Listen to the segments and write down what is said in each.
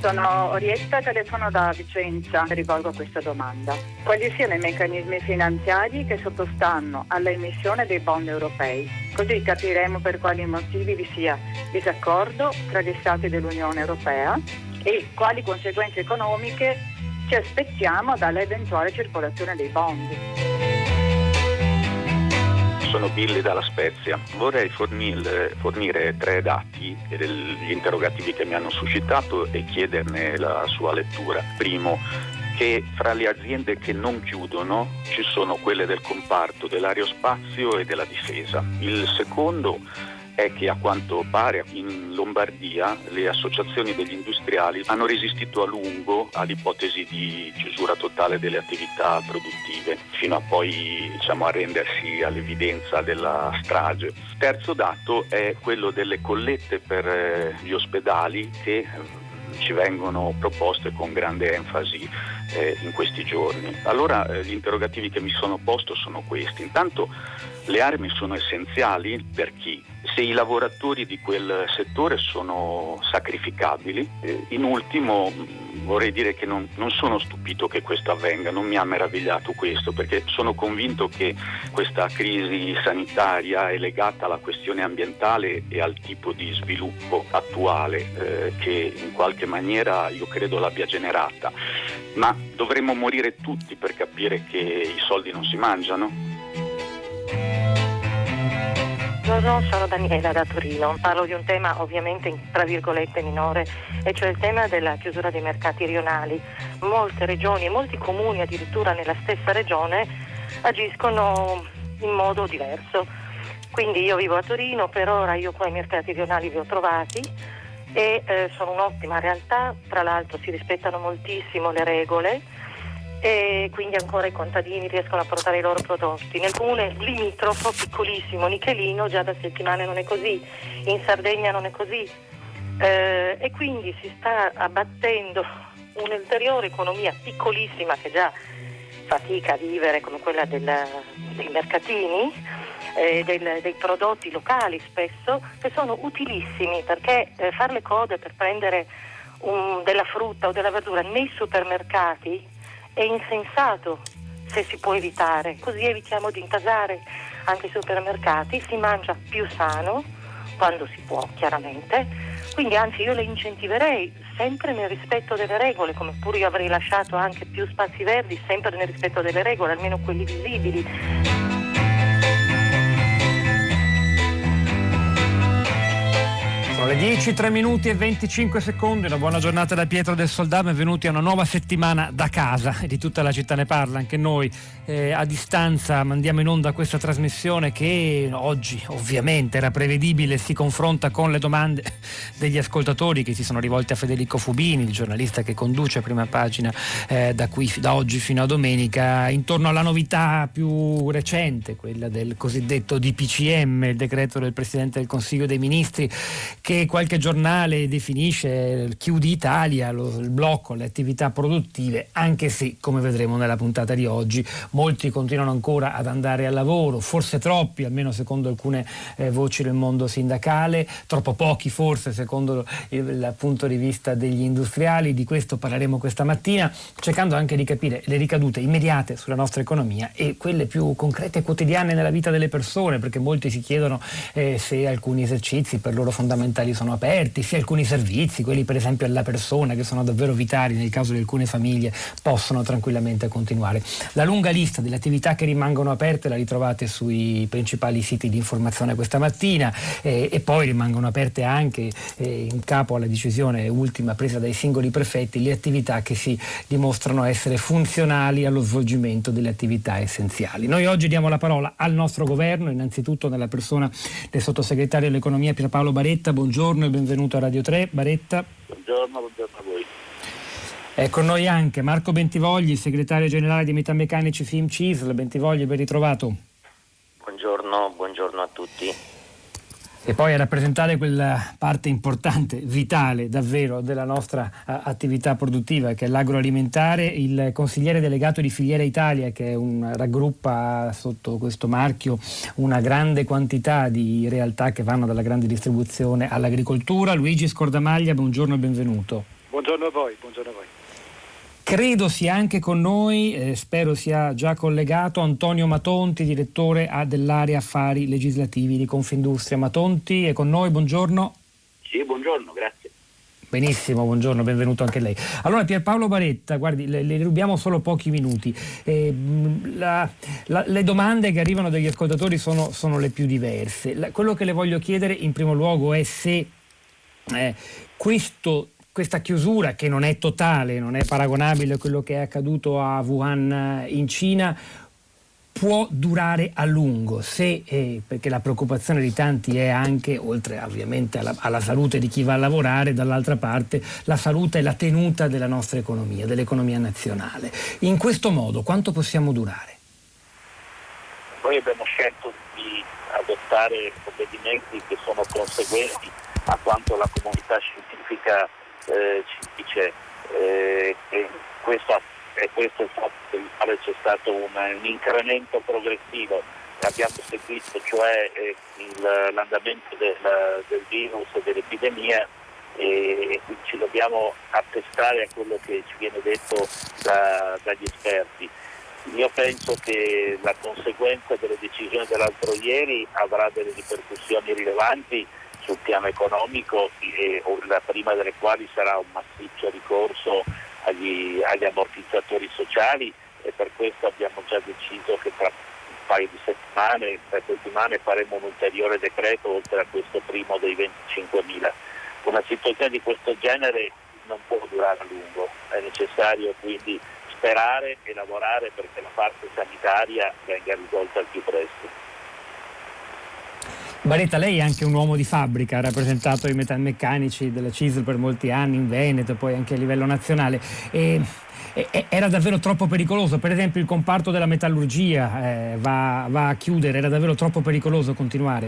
Sono Orietta, telefono da Vicenza e rivolgo questa domanda. Quali siano i meccanismi finanziari che sottostanno all'emissione dei bond europei? Così capiremo per quali motivi vi sia disaccordo tra gli Stati dell'Unione Europea e quali conseguenze economiche ci aspettiamo dall'eventuale circolazione dei bond. Sono Billy dalla Spezia. Vorrei fornire 3 dati degli interrogativi che mi hanno suscitato e chiederne la sua lettura. Primo, che fra le aziende che non chiudono ci sono quelle del comparto dell'aerospazio e della difesa. Il secondo è che a quanto pare in Lombardia le associazioni degli industriali hanno resistito a lungo all'ipotesi di chiusura totale delle attività produttive, fino a poi arrendersi all'evidenza della strage. Terzo dato è quello delle collette per gli ospedali che ci vengono proposte con grande enfasi in questi giorni. Allora gli interrogativi che mi sono posto sono questi. Intanto, le armi sono essenziali per chi? Se i lavoratori di quel settore sono sacrificabili. In ultimo vorrei dire che non sono stupito che questo avvenga, non mi ha meravigliato questo, perché sono convinto che questa crisi sanitaria è legata alla questione ambientale e al tipo di sviluppo attuale che in qualche maniera io credo l'abbia generata. Ma dovremmo morire tutti per capire che i soldi non si mangiano? Buongiorno, sono Daniela da Torino. Parlo di un tema ovviamente tra virgolette minore, e cioè il tema della chiusura dei mercati rionali. Molte regioni e molti comuni addirittura nella stessa regione agiscono in modo diverso. Quindi io vivo a Torino, per ora io qua i mercati rionali li ho trovati e sono un'ottima realtà. Tra l'altro si rispettano moltissimo le regole e quindi ancora i contadini riescono a portare i loro prodotti. Nel comune limitrofo, piccolissimo, Nichelino, già da settimane non è così, in Sardegna non è così, e quindi si sta abbattendo un'ulteriore economia piccolissima che già fatica a vivere, come quella dei mercatini, dei prodotti locali spesso, che sono utilissimi, perché fare le code per prendere della frutta o della verdura nei supermercati è insensato se si può evitare, così evitiamo di intasare anche i supermercati, si mangia più sano quando si può, chiaramente. Quindi anzi io le incentiverei sempre nel rispetto delle regole, come pure io avrei lasciato anche più spazi verdi sempre nel rispetto delle regole, almeno quelli visibili. Sono le 10, 3 minuti e 25 secondi. Una buona giornata da Pietro del Soldà, benvenuti a una nuova settimana da casa, e di tutta la città ne parla. Anche noi a distanza mandiamo in onda questa trasmissione che oggi ovviamente era prevedibile, si confronta con le domande degli ascoltatori che si sono rivolti a Federico Fubini, il giornalista che conduce Prima Pagina da oggi fino a domenica, intorno alla novità più recente, quella del cosiddetto DPCM, il decreto del Presidente del Consiglio dei Ministri, che qualche giornale definisce chiudi Italia, il blocco alle attività produttive, anche se, come vedremo nella puntata di oggi, molti continuano ancora ad andare al lavoro, forse troppi, almeno secondo alcune voci del mondo sindacale, troppo pochi forse secondo il punto di vista degli industriali. Di questo parleremo questa mattina, cercando anche di capire le ricadute immediate sulla nostra economia e quelle più concrete e quotidiane nella vita delle persone, perché molti si chiedono se alcuni esercizi per loro fondamentali sono aperti, se alcuni servizi, quelli per esempio alla persona, che sono davvero vitali nel caso di alcune famiglie, possono tranquillamente continuare. La lunga lista delle attività che rimangono aperte la ritrovate sui principali siti di informazione questa mattina, e poi rimangono aperte anche, in capo alla decisione ultima presa dai singoli prefetti, le attività che si dimostrano essere funzionali allo svolgimento delle attività essenziali. Noi oggi diamo la parola al nostro governo, innanzitutto nella persona del sottosegretario all'economia Pierpaolo Baretta. Buongiorno e benvenuto a Radio 3. Baretta. Buongiorno a voi. È con noi anche Marco Bentivogli, segretario generale di Metalmeccanici FIM-CISL. Bentivogli, ben ritrovato. Buongiorno a tutti. E poi a rappresentare quella parte importante, vitale davvero della nostra attività produttiva, che è l'agroalimentare, il consigliere delegato di Filiera Italia, che raggruppa sotto questo marchio una grande quantità di realtà che vanno dalla grande distribuzione all'agricoltura. Luigi Scordamaglia, buongiorno e benvenuto. Buongiorno buongiorno a voi. Credo sia anche con noi, spero sia già collegato, Antonio Matonti, direttore dell'area affari legislativi di Confindustria. Matonti è con noi, buongiorno. Sì, buongiorno, grazie. Benissimo, buongiorno, benvenuto anche lei. Allora Pierpaolo Baretta, guardi, le rubiamo solo pochi minuti. Le domande che arrivano dagli ascoltatori sono le più diverse. Quello che le voglio chiedere in primo luogo è se questa chiusura, che non è totale, non è paragonabile a quello che è accaduto a Wuhan in Cina, può durare a lungo, perché la preoccupazione di tanti è anche, oltre ovviamente alla salute di chi va a lavorare, dall'altra parte la salute e la tenuta della nostra economia, dell'economia nazionale. In questo modo quanto possiamo durare? Noi abbiamo scelto di adottare provvedimenti che sono conseguenti a quanto la comunità scientifica ci dice, e questo è il fatto per il quale c'è stato un incremento progressivo che abbiamo seguito, cioè l'andamento del virus e dell'epidemia, e quindi ci dobbiamo attestare a quello che ci viene detto dagli esperti. Io penso che la conseguenza delle decisioni dell'altro ieri avrà delle ripercussioni rilevanti sul piano economico, la prima delle quali sarà un massiccio ricorso agli ammortizzatori sociali, e per questo abbiamo già deciso che tra un paio di settimane, 3 settimane, faremo un ulteriore decreto oltre a questo primo dei 25.000. Una situazione di questo genere non può durare a lungo, è necessario quindi sperare e lavorare perché la parte sanitaria venga risolta al più presto. Baretta, lei è anche un uomo di fabbrica, ha rappresentato i metalmeccanici della CISL per molti anni in Veneto, poi anche a livello nazionale. Era davvero troppo pericoloso, per esempio il comparto della metallurgia va a chiudere, era davvero troppo pericoloso continuare?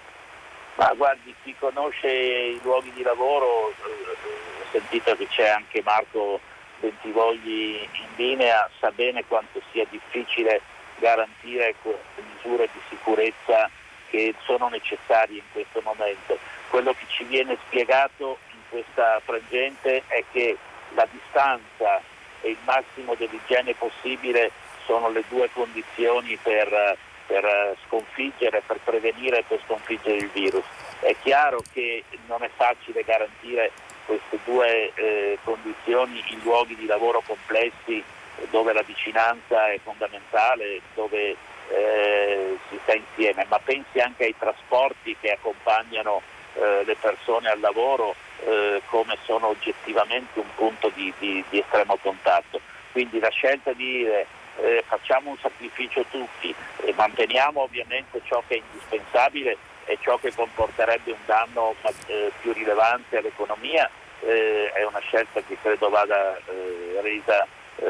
Ma guardi, chi conosce i luoghi di lavoro, ho sentito che c'è anche Marco Bentivogli in linea, sa bene quanto sia difficile garantire quelle misure di sicurezza che sono necessarie in questo momento. Quello che ci viene spiegato in questa frangente è che la distanza e il massimo dell'igiene possibile sono le due condizioni per sconfiggere, per prevenire e per sconfiggere il virus. È chiaro che non è facile garantire queste due condizioni in luoghi di lavoro complessi, dove la vicinanza è fondamentale, dove si sta insieme, ma pensi anche ai trasporti che accompagnano le persone al lavoro, come sono oggettivamente un punto di estremo contatto. Quindi la scelta di dire facciamo un sacrificio tutti e manteniamo ovviamente ciò che è indispensabile e ciò che comporterebbe un danno più rilevante all'economia, è una scelta che credo vada resa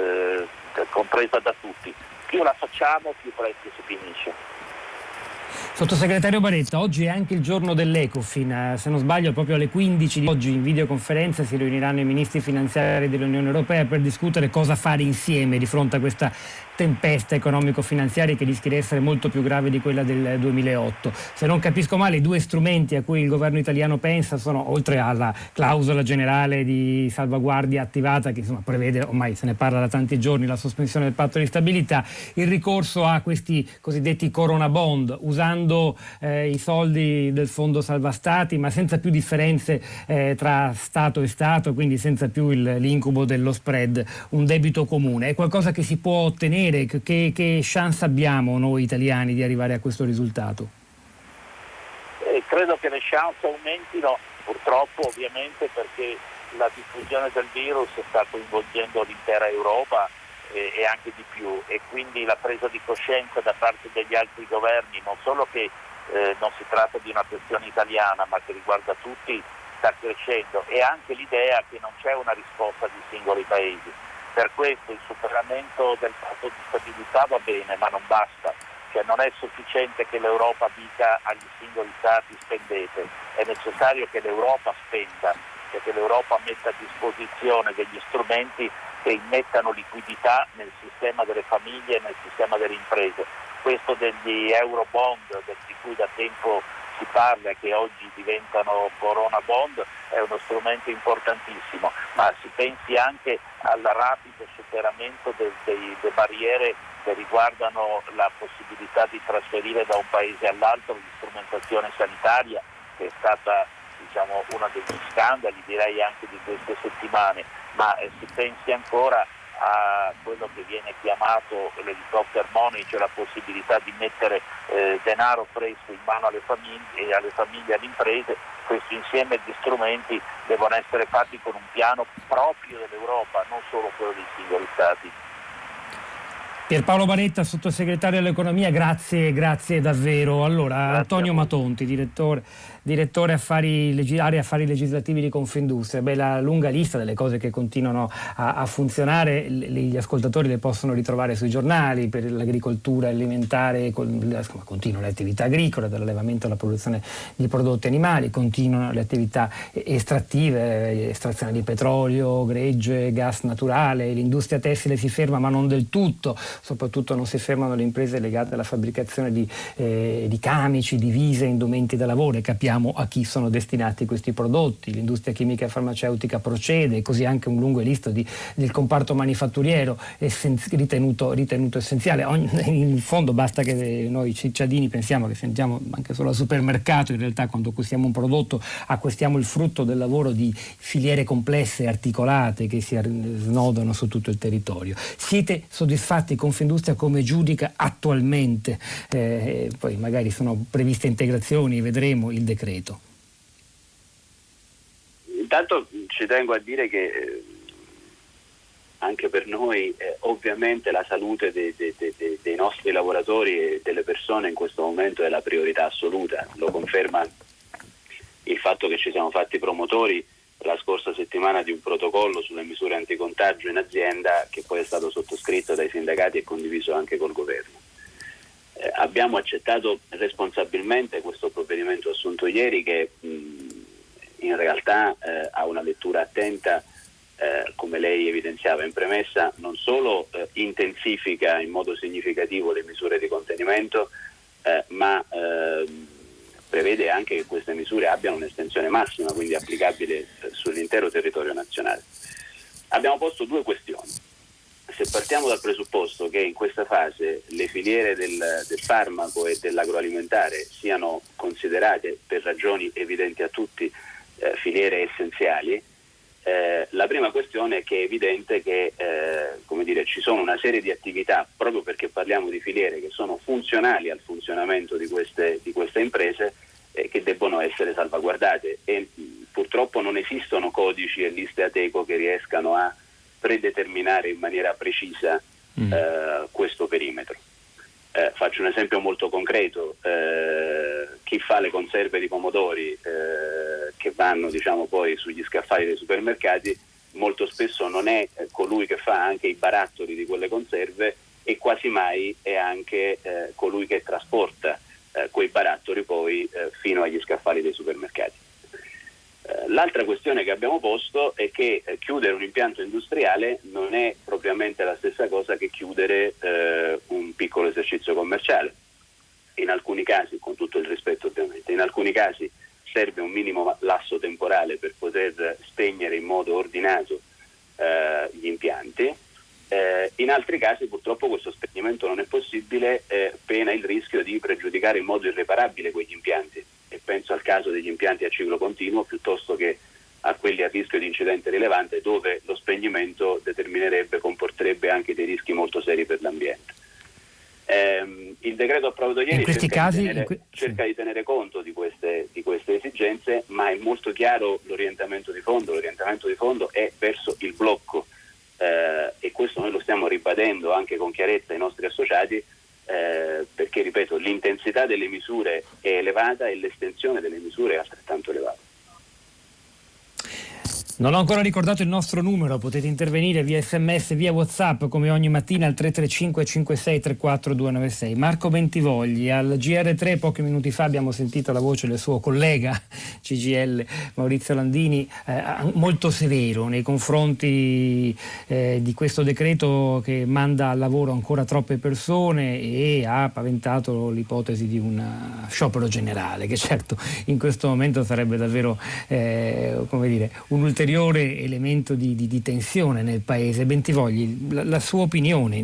compresa da tutti. Più la facciamo, più presto si finisce. Sottosegretario Baretta, oggi è anche il giorno dell'Ecofin, se non sbaglio proprio alle 15 di oggi in videoconferenza si riuniranno i ministri finanziari dell'Unione Europea per discutere cosa fare insieme di fronte a questa tempesta economico-finanziaria che rischia di essere molto più grave di quella del 2008. Se non capisco male, i due strumenti a cui il governo italiano pensa sono, oltre alla clausola generale di salvaguardia attivata, che insomma prevede, ormai se ne parla da tanti giorni, la sospensione del patto di stabilità, il ricorso a questi cosiddetti corona bond, usando i soldi del fondo salva stati, ma senza più differenze tra Stato e Stato, quindi senza più l'incubo dello spread, un debito comune. È qualcosa che si può ottenere? Che chance abbiamo noi italiani di arrivare a questo risultato? Credo che le chance aumentino, purtroppo ovviamente, perché la diffusione del virus sta coinvolgendo l'intera Europa e anche di più, e quindi la presa di coscienza da parte degli altri governi, non solo che non si tratta di una questione italiana ma che riguarda tutti, sta crescendo, e anche l'idea che non c'è una risposta di singoli paesi. Per questo il superamento del patto di stabilità va bene, ma non basta, cioè non è sufficiente che l'Europa dica agli singoli stati spendete, è necessario che l'Europa spenda, cioè che l'Europa metta a disposizione degli strumenti che immettano liquidità nel sistema delle famiglie e nel sistema delle imprese. Questo degli euro bond, di cui da tempo si parla che oggi diventano Corona Bond, è uno strumento importantissimo, ma si pensi anche al rapido superamento delle barriere che riguardano la possibilità di trasferire da un paese all'altro l'istrumentazione sanitaria, che è stata uno degli scandali, direi anche di queste settimane, ma si pensi ancora a quello che viene chiamato l'helicopter money, cioè la possibilità di mettere denaro presto in mano alle famiglie e alle imprese. Questo insieme di strumenti devono essere fatti con un piano proprio dell'Europa, non solo quello dei singoli Stati. Pierpaolo Baretta, sottosegretario all'economia, grazie davvero. Allora, Grazie Antonio Matonti, direttore area affari legislativi di Confindustria. La lunga lista delle cose che continuano a funzionare, gli ascoltatori le possono ritrovare sui giornali. Per l'agricoltura alimentare continuano le attività agricole, dall'allevamento alla produzione di prodotti animali, continuano le attività estrattive, estrazione di petrolio, gregge, gas naturale. L'industria tessile si ferma, ma non del tutto. Soprattutto non si fermano le imprese legate alla fabbricazione di camici, divise, indumenti da lavoro, e capiamo a chi sono destinati questi prodotti. L'industria chimica e farmaceutica procede, così anche un lungo listo del comparto manifatturiero ritenuto essenziale. In fondo basta che noi cittadini pensiamo che sentiamo anche solo al supermercato, in realtà quando acquistiamo un prodotto acquistiamo il frutto del lavoro di filiere complesse e articolate che si snodano su tutto il territorio. Siete soddisfatti? Confindustria come giudica attualmente? Poi magari sono previste integrazioni, vedremo il decreto. Intanto ci tengo a dire che anche per noi ovviamente la salute dei nostri lavoratori e delle persone in questo momento è la priorità assoluta. Lo conferma il fatto che ci siamo fatti promotori la scorsa settimana di un protocollo sulle misure anticontagio in azienda, che poi è stato sottoscritto dai sindacati e condiviso anche col governo. Abbiamo accettato responsabilmente questo provvedimento assunto ieri, che in realtà ha una lettura attenta, come lei evidenziava in premessa, non solo intensifica in modo significativo le misure di contenimento, ma prevede anche che queste misure abbiano un'estensione massima, quindi applicabile sull'intero territorio nazionale. Abbiamo posto due questioni. Se partiamo dal presupposto che in questa fase le filiere del farmaco e dell'agroalimentare siano considerate, per ragioni evidenti a tutti, filiere essenziali, la prima questione è che è evidente che ci sono una serie di attività, proprio perché parliamo di filiere che sono funzionali al funzionamento di queste imprese, che debbono essere salvaguardate, e purtroppo non esistono codici e liste Ateco che riescano a predeterminare in maniera precisa questo perimetro. Faccio un esempio molto concreto. Chi fa le conserve di pomodori che vanno poi sugli scaffali dei supermercati molto spesso non è colui che fa anche i barattoli di quelle conserve, e quasi mai è anche colui che trasporta quei barattoli poi fino agli scaffali dei supermercati. L'altra questione che abbiamo posto è che chiudere un impianto industriale non è propriamente la stessa cosa che chiudere un piccolo esercizio commerciale. In alcuni casi, con tutto il rispetto ovviamente, in alcuni casi serve un minimo lasso temporale per poter spegnere in modo ordinato gli impianti. In altri casi purtroppo questo spegnimento non è possibile, pena il rischio di pregiudicare in modo irreparabile quegli impianti, e penso al caso degli impianti a ciclo continuo piuttosto che a quelli a rischio di incidente rilevante, dove lo spegnimento comporterebbe anche dei rischi molto seri per l'ambiente. Il decreto approvato ieri cerca di tenere conto di queste esigenze, ma è molto chiaro l'orientamento di fondo. L'orientamento di fondo è verso il blocco, e questo noi lo stiamo ribadendo anche con chiarezza ai nostri associati, perché, ripeto, l'intensità delle misure è elevata e l'estensione delle misure è altrettanto elevata. Non ho ancora ricordato il nostro numero, potete intervenire via SMS, via WhatsApp come ogni mattina al 335 56 34 296. Marco Bentivogli, al GR3 pochi minuti fa abbiamo sentito la voce del suo collega CGIL Maurizio Landini, molto severo nei confronti di questo decreto che manda al lavoro ancora troppe persone, e ha paventato l'ipotesi di un sciopero generale, che certo in questo momento sarebbe davvero un ulteriore elemento di tensione nel paese. Bentivogli, la sua opinione?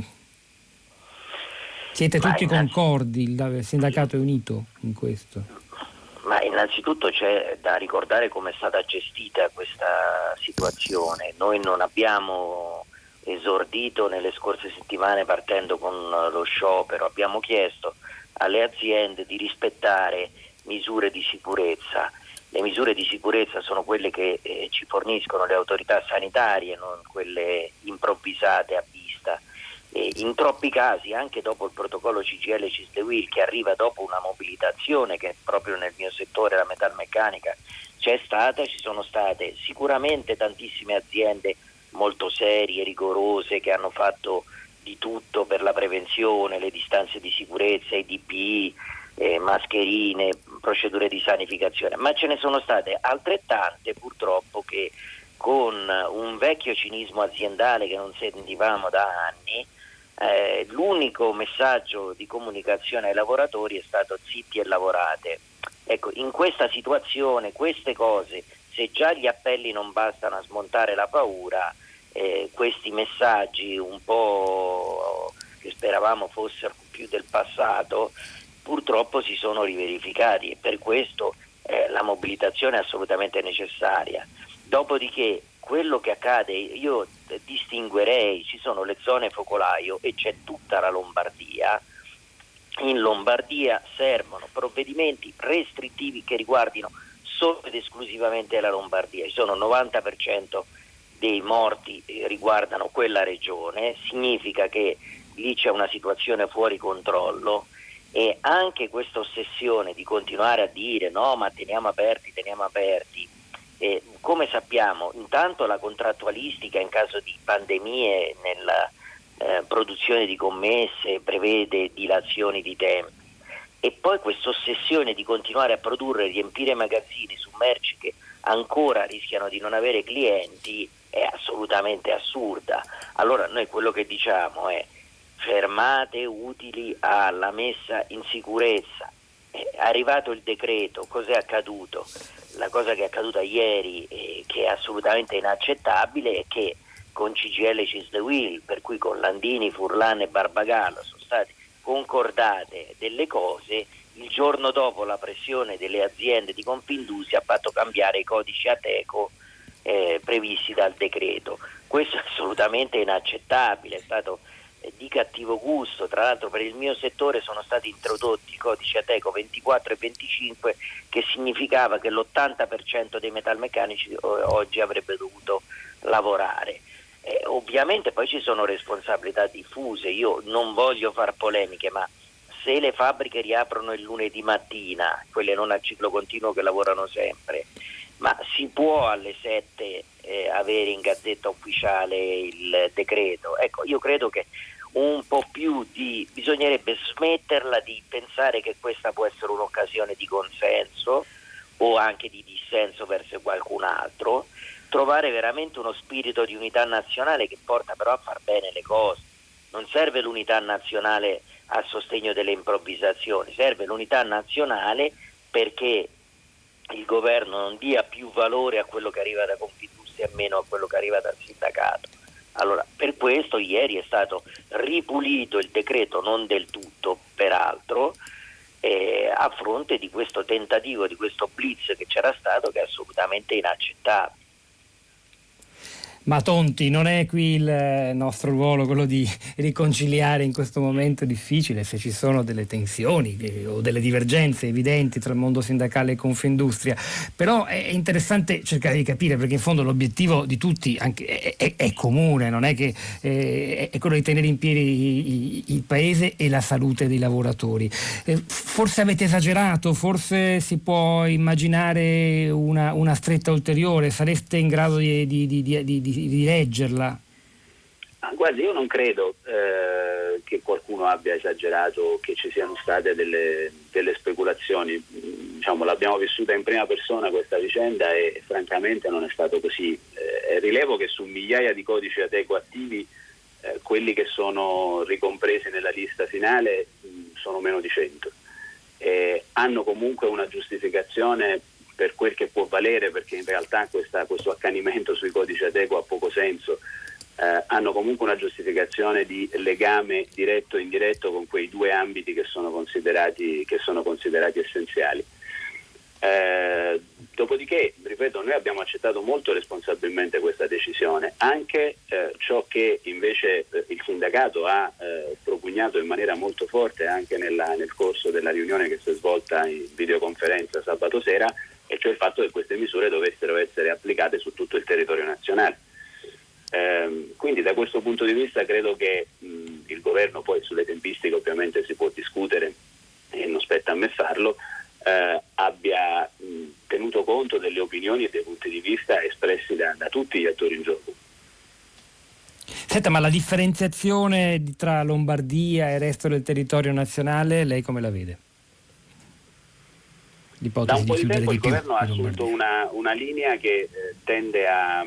Siete tutti concordi? Il sindacato è unito in questo? Ma innanzitutto c'è da ricordare come è stata gestita questa situazione. Noi non abbiamo esordito nelle scorse settimane partendo con lo sciopero, abbiamo chiesto alle aziende di rispettare misure di sicurezza. Le misure di sicurezza sono quelle che ci forniscono le autorità sanitarie, non quelle improvvisate a vista. In troppi casi, anche dopo il protocollo CGIL CISL-UIL, che arriva dopo una mobilitazione che proprio nel mio settore, la metalmeccanica, c'è stata, ci sono state sicuramente tantissime aziende molto serie, rigorose, che hanno fatto di tutto per la prevenzione, le distanze di sicurezza, i DPI, mascherine, procedure di sanificazione, ma ce ne sono state altrettante purtroppo che con un vecchio cinismo aziendale che non sentivamo da anni, l'unico messaggio di comunicazione ai lavoratori è stato zitti e lavorate. Ecco, in questa situazione queste cose, se già gli appelli non bastano a smontare la paura, questi messaggi un po' che speravamo fossero più del passato purtroppo si sono riverificati, e per questo la mobilitazione è assolutamente necessaria. Dopodiché quello che accade, io distinguerei, ci sono le zone focolaio e c'è tutta la Lombardia. In Lombardia servono provvedimenti restrittivi che riguardino solo ed esclusivamente la Lombardia. Ci sono 90% dei morti riguardano quella regione, significa che lì c'è una situazione fuori controllo. E anche questa ossessione di continuare a dire no, ma teniamo aperti, come sappiamo, intanto la contrattualistica in caso di pandemie nella produzione di commesse prevede dilazioni di tempi, e poi questa ossessione di continuare a produrre e riempire magazzini su merci che ancora rischiano di non avere clienti è assolutamente assurda. Allora noi quello che diciamo è: fermate utili alla messa in sicurezza. È arrivato il decreto, cos'è accaduto? La cosa che è accaduta ieri, che è assolutamente inaccettabile, è che con CGIL CISL-UIL, per cui con Landini, Furlan e Barbagallo, sono state concordate delle cose, il giorno dopo la pressione delle aziende di Confindustria ha fatto cambiare i codici Ateco previsti dal decreto. Questo è assolutamente inaccettabile, è stato di cattivo gusto. Tra l'altro per il mio settore sono stati introdotti i codici Ateco 24 e 25, che significava che l'80% dei metalmeccanici oggi avrebbe dovuto lavorare. Ovviamente poi ci sono responsabilità diffuse, io non voglio far polemiche, ma se le fabbriche riaprono il lunedì mattina, quelle non a ciclo continuo che lavorano sempre, ma si può alle 7 avere in Gazzetta Ufficiale il decreto? Ecco, io credo che un po' più bisognerebbe smetterla di pensare che questa può essere un'occasione di consenso o anche di dissenso verso qualcun altro, trovare veramente uno spirito di unità nazionale che porta però a far bene le cose. Non serve l'unità nazionale a sostegno delle improvvisazioni, serve l'unità nazionale perché il governo non dia più valore a quello che arriva da Confindustria e meno a quello che arriva dal sindacato. Allora, per questo ieri è stato ripulito il decreto, non del tutto peraltro, a fronte di questo tentativo, di questo blitz che c'era stato, che è assolutamente inaccettabile. Ma Tonti, non è qui il nostro ruolo quello di riconciliare in questo momento difficile, se ci sono delle tensioni o delle divergenze evidenti tra il mondo sindacale e Confindustria, però è interessante cercare di capire, perché in fondo l'obiettivo di tutti anche è comune, non è che è quello di tenere in piedi il paese e la salute dei lavoratori. Forse avete esagerato, forse si può immaginare una stretta ulteriore, sareste in grado di leggerla? Guardi, io non credo che qualcuno abbia esagerato, che ci siano state delle speculazioni. Diciamo, l'abbiamo vissuta in prima persona questa vicenda e francamente non è stato così. Rilevo che su migliaia di codici Ateco attivi, quelli che sono ricompresi nella lista finale sono meno di 100. Hanno comunque una giustificazione per quel che può valere, perché in realtà questo accanimento sui codici Ateco ha poco senso. Hanno comunque una giustificazione di legame diretto e indiretto con quei due ambiti che sono considerati essenziali. Dopodiché, ripeto, noi abbiamo accettato molto responsabilmente questa decisione, anche ciò che invece il sindacato ha propugnato in maniera molto forte anche nel corso della riunione che si è svolta in videoconferenza sabato sera, e cioè il fatto che queste misure dovessero essere applicate su tutto il territorio nazionale. Quindi da questo punto di vista credo che il governo, poi sulle tempistiche ovviamente si può discutere e non spetta a me farlo, abbia tenuto conto delle opinioni e dei punti di vista espressi da tutti gli attori in gioco. Senta, ma la differenziazione tra Lombardia e il resto del territorio nazionale, lei come la vede? Da un po' di tempo il governo ha assunto una linea che tende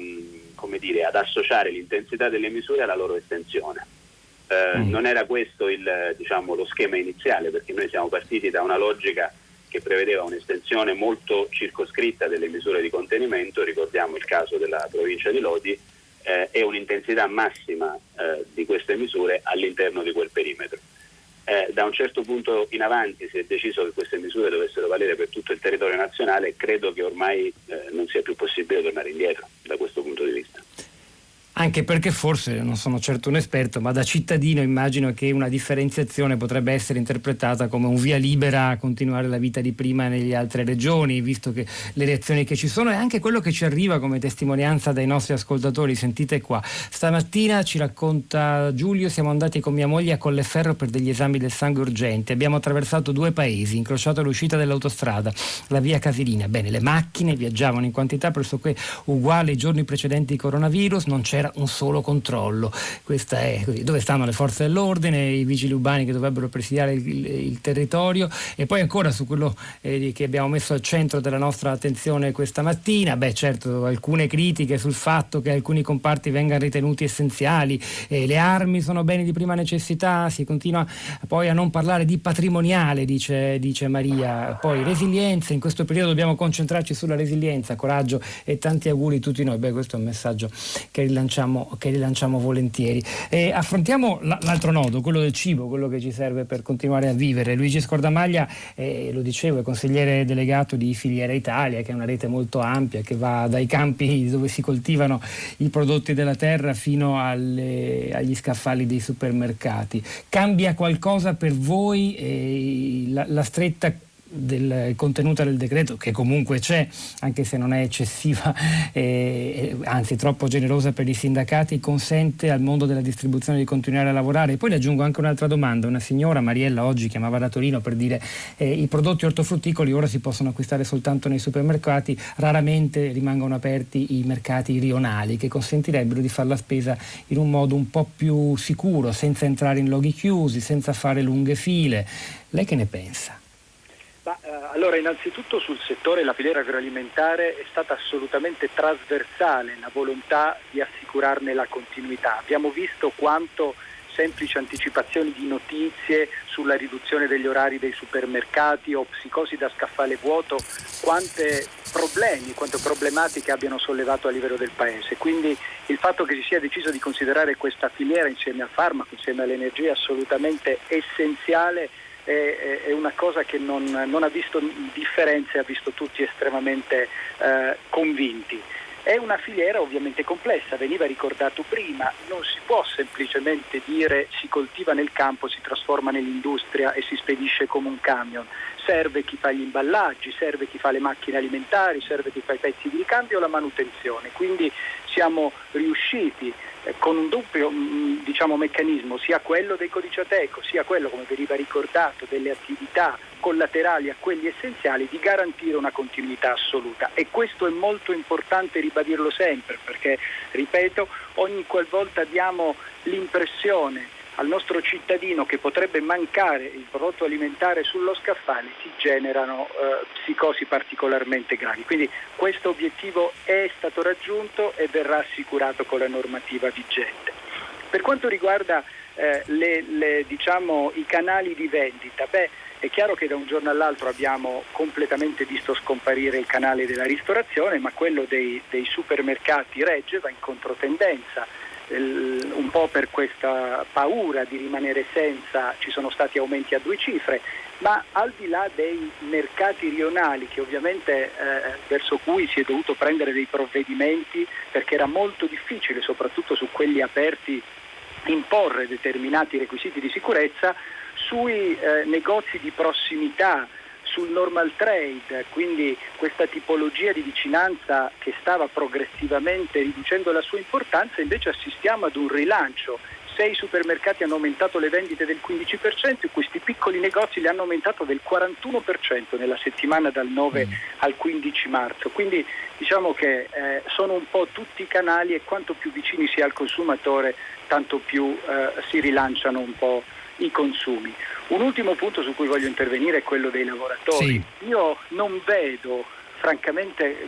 ad associare l'intensità delle misure alla loro estensione. Non era questo lo schema iniziale, perché noi siamo partiti da una logica che prevedeva un'estensione molto circoscritta delle misure di contenimento, ricordiamo il caso della provincia di Lodi, e un'intensità massima di queste misure all'interno di quel perimetro. Da un certo punto in avanti si è deciso che queste misure dovessero valere per tutto il territorio nazionale e credo che ormai non sia più possibile tornare indietro da questo punto di vista. Anche perché forse, non sono certo un esperto, ma da cittadino immagino che una differenziazione potrebbe essere interpretata come un via libera a continuare la vita di prima nelle altre regioni, visto che le reazioni che ci sono e anche quello che ci arriva come testimonianza dai nostri ascoltatori. Sentite qua, stamattina ci racconta Giulio: siamo andati con mia moglie a Colleferro per degli esami del sangue urgenti, abbiamo attraversato 2 paesi, incrociato l'uscita dell'autostrada, la via Casilina. Bene, le macchine viaggiavano in quantità pressoché uguale ai giorni precedenti il coronavirus, non c'era un solo controllo. Questa è così. Dove stanno le forze dell'ordine, i vigili urbani che dovrebbero presidiare il territorio? E poi ancora su quello che abbiamo messo al centro della nostra attenzione questa mattina, certo, alcune critiche sul fatto che alcuni comparti vengano ritenuti essenziali, le armi sono beni di prima necessità, si continua poi a non parlare di patrimoniale, dice Maria. Poi resilienza, in questo periodo dobbiamo concentrarci sulla resilienza, coraggio e tanti auguri a tutti noi. Questo è un messaggio che rilanciamo volentieri. Affrontiamo l'altro nodo, quello del cibo, quello che ci serve per continuare a vivere. Luigi Scordamaglia, lo dicevo, è consigliere delegato di Filiera Italia, che è una rete molto ampia che va dai campi dove si coltivano i prodotti della terra fino agli scaffali dei supermercati. Cambia qualcosa per voi la stretta contenuta del decreto, che comunque c'è, anche se non è eccessiva, anzi troppo generosa per i sindacati, consente al mondo della distribuzione di continuare a lavorare? E poi le aggiungo anche un'altra domanda. Una signora, Mariella, oggi chiamava da Torino per dire i prodotti ortofrutticoli ora si possono acquistare soltanto nei supermercati, raramente rimangono aperti i mercati rionali che consentirebbero di fare la spesa in un modo un po' più sicuro, senza entrare in luoghi chiusi, senza fare lunghe file. Lei che ne pensa? Allora, innanzitutto sul settore, la filiera agroalimentare è stata assolutamente trasversale la volontà di assicurarne la continuità. Abbiamo visto quanto semplici anticipazioni di notizie sulla riduzione degli orari dei supermercati o psicosi da scaffale vuoto, quante problematiche abbiano sollevato a livello del Paese. Quindi il fatto che si sia deciso di considerare questa filiera insieme al farmaco, insieme all'energia, è assolutamente essenziale. È una cosa che non ha visto differenze, ha visto tutti estremamente convinti. È una filiera ovviamente complessa, veniva ricordato prima, non si può semplicemente dire si coltiva nel campo, si trasforma nell'industria e si spedisce come un camion. Serve chi fa gli imballaggi, serve chi fa le macchine alimentari, serve chi fa i pezzi di ricambio e la manutenzione. Quindi siamo riusciti con un doppio meccanismo, sia quello del codice Ateco, sia quello, come veniva ricordato, delle attività collaterali a quelli essenziali, di garantire una continuità assoluta. E questo è molto importante ribadirlo sempre, perché, ripeto, ogni qualvolta diamo l'impressione al nostro cittadino che potrebbe mancare il prodotto alimentare sullo scaffale, si generano psicosi particolarmente gravi. Quindi questo obiettivo è stato raggiunto e verrà assicurato con la normativa vigente. Per quanto riguarda i canali di vendita, è chiaro che da un giorno all'altro abbiamo completamente visto scomparire il canale della ristorazione, ma quello dei supermercati regge, va in controtendenza. Un po' per questa paura di rimanere senza ci sono stati aumenti a 2 cifre, ma al di là dei mercati rionali, che ovviamente verso cui si è dovuto prendere dei provvedimenti perché era molto difficile, soprattutto su quelli aperti, imporre determinati requisiti di sicurezza, sui negozi di prossimità, sul normal trade, quindi questa tipologia di vicinanza che stava progressivamente riducendo la sua importanza, invece assistiamo ad un rilancio. 6 supermercati hanno aumentato le vendite del 15% e questi piccoli negozi le hanno aumentato del 41% nella settimana dal 9 al 15 marzo. Quindi diciamo che sono un po' tutti i canali, e quanto più vicini si è al consumatore, tanto più si rilanciano un po' i consumi. Un ultimo punto su cui voglio intervenire è quello dei lavoratori. Sì. Io non vedo francamente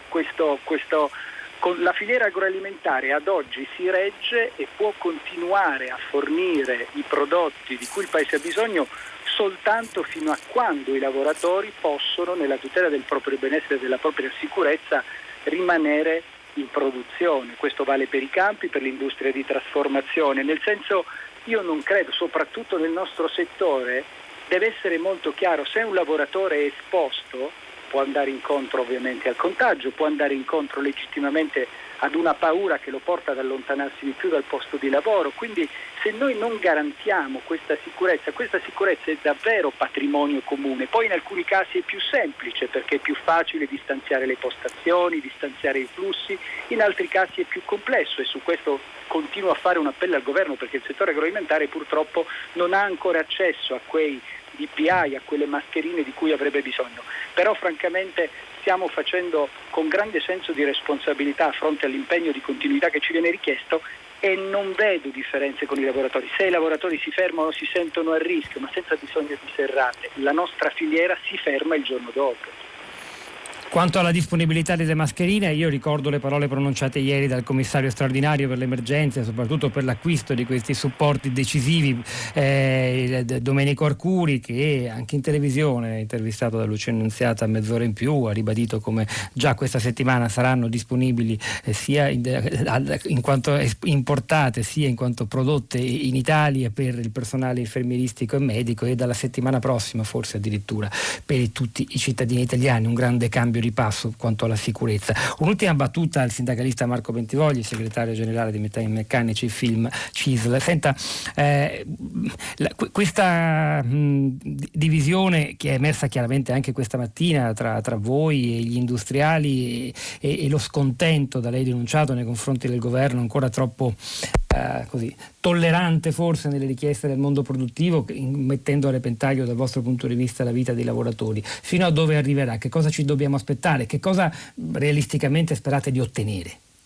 la filiera agroalimentare ad oggi si regge e può continuare a fornire i prodotti di cui il Paese ha bisogno soltanto fino a quando i lavoratori possono, nella tutela del proprio benessere e della propria sicurezza, rimanere in produzione. Questo vale per i campi, per l'industria di trasformazione, nel senso, io non credo, soprattutto nel nostro settore, deve essere molto chiaro: se un lavoratore è esposto, può andare incontro ovviamente al contagio, può andare incontro legittimamente ad una paura che lo porta ad allontanarsi di più dal posto di lavoro. Quindi se noi non garantiamo questa sicurezza è davvero patrimonio comune. Poi in alcuni casi è più semplice, perché è più facile distanziare le postazioni, distanziare i flussi, in altri casi è più complesso, e su questo continuo a fare un appello al governo, perché il settore agroalimentare purtroppo non ha ancora accesso a quei DPI, a quelle mascherine di cui avrebbe bisogno. Però francamente stiamo facendo con grande senso di responsabilità a fronte all'impegno di continuità che ci viene richiesto, e non vedo differenze con i lavoratori. Se i lavoratori si fermano, si sentono a rischio, ma senza bisogno di serrate. La nostra filiera si ferma il giorno dopo. Quanto alla disponibilità delle mascherine, io ricordo le parole pronunciate ieri dal commissario straordinario per le emergenze, soprattutto per l'acquisto di questi supporti decisivi, Domenico Arcuri, che anche in televisione, intervistato da Lucia Annunziata a Mezz'ora in più, ha ribadito come già questa settimana saranno disponibili sia in quanto importate sia in quanto prodotte in Italia per il personale infermieristico e medico, e dalla settimana prossima forse addirittura per tutti i cittadini italiani. Un grande cambio di passo quanto alla sicurezza. Un'ultima battuta al sindacalista Marco Bentivogli, segretario generale di Metalmeccanici Film CISL. Senta, questa divisione che è emersa chiaramente anche questa mattina tra voi e gli industriali, e lo scontento da lei denunciato nei confronti del governo ancora troppo così tollerante forse nelle richieste del mondo produttivo, mettendo a repentaglio dal vostro punto di vista la vita dei lavoratori, fino a dove arriverà? Che cosa ci dobbiamo aspettare? Che cosa realisticamente sperate di ottenere?